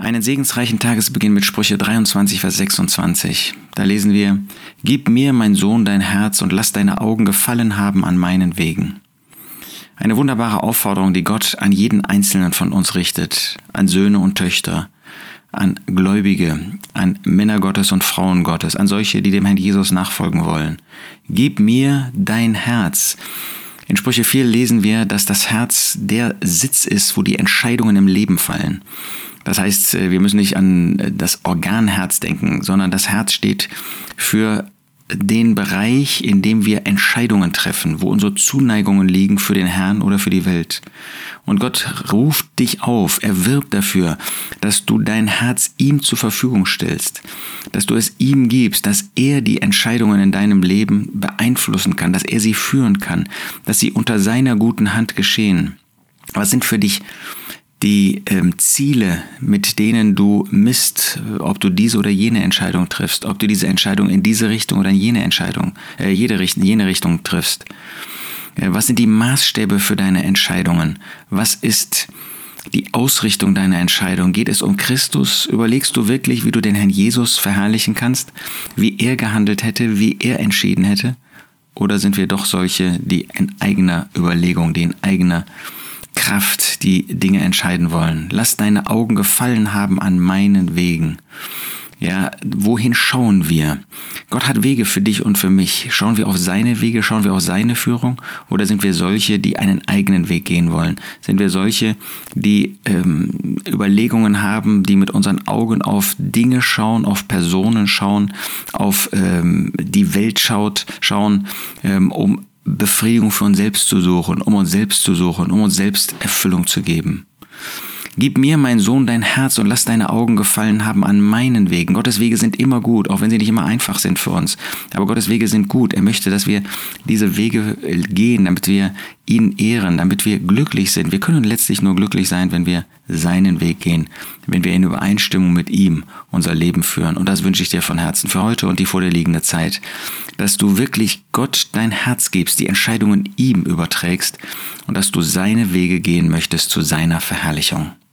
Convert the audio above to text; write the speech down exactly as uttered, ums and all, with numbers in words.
Einen segensreichen Tagesbeginn mit Sprüche dreiundzwanzig, Vers sechsundzwanzig. Da lesen wir: Gib mir, mein Sohn, dein Herz und lass deine Augen Gefallen haben an meinen Wegen. Eine wunderbare Aufforderung, die Gott an jeden Einzelnen von uns richtet, an Söhne und Töchter, an Gläubige, an Männer Gottes und Frauen Gottes, an solche, die dem Herrn Jesus nachfolgen wollen. Gib mir dein Herz. In Sprüche vier lesen wir, dass das Herz der Sitz ist, wo die Entscheidungen im Leben fallen. Das heißt, wir müssen nicht an das Organherz denken, sondern das Herz steht für den Bereich, in dem wir Entscheidungen treffen, wo unsere Zuneigungen liegen für den Herrn oder für die Welt. Und Gott ruft dich auf, er wirbt dafür, dass du dein Herz ihm zur Verfügung stellst, dass du es ihm gibst, dass er die Entscheidungen in deinem Leben beeinflussen kann, dass er sie führen kann, dass sie unter seiner guten Hand geschehen. Was sind für dich die ähm, Ziele, mit denen du misst, ob du diese oder jene Entscheidung triffst, ob du diese Entscheidung in diese Richtung oder in jene Entscheidung, äh, jede Richtung, jene Richtung triffst? Äh, was sind die Maßstäbe für deine Entscheidungen? Was ist die Ausrichtung deiner Entscheidung? Geht es um Christus? Überlegst du wirklich, wie du den Herrn Jesus verherrlichen kannst? Wie er gehandelt hätte, wie er entschieden hätte? Oder sind wir doch solche, die in eigener Überlegung, die in eigener Kraft die Dinge entscheiden wollen? Lass deine Augen Gefallen haben an meinen Wegen. Ja, wohin schauen wir? Gott hat Wege für dich und für mich. Schauen wir auf seine Wege, schauen wir auf seine Führung? Oder sind wir solche, die einen eigenen Weg gehen wollen? Sind wir solche, die ähm, Überlegungen haben, die mit unseren Augen auf Dinge schauen, auf Personen schauen, auf ähm, die Welt schaut, schauen, ähm, um Befriedigung für uns selbst zu suchen, um uns selbst zu suchen, um uns selbst Erfüllung zu geben? Gib mir, mein Sohn, dein Herz und lass deine Augen Gefallen haben an meinen Wegen. Gottes Wege sind immer gut, auch wenn sie nicht immer einfach sind für uns. Aber Gottes Wege sind gut. Er möchte, dass wir diese Wege gehen, damit wir ihn ehren, damit wir glücklich sind. Wir können letztlich nur glücklich sein, wenn wir seinen Weg gehen, wenn wir in Übereinstimmung mit ihm unser Leben führen. Und das wünsche ich dir von Herzen für heute und die vor dir liegende Zeit, dass du wirklich Gott dein Herz gibst, die Entscheidungen ihm überträgst und dass du seine Wege gehen möchtest zu seiner Verherrlichung.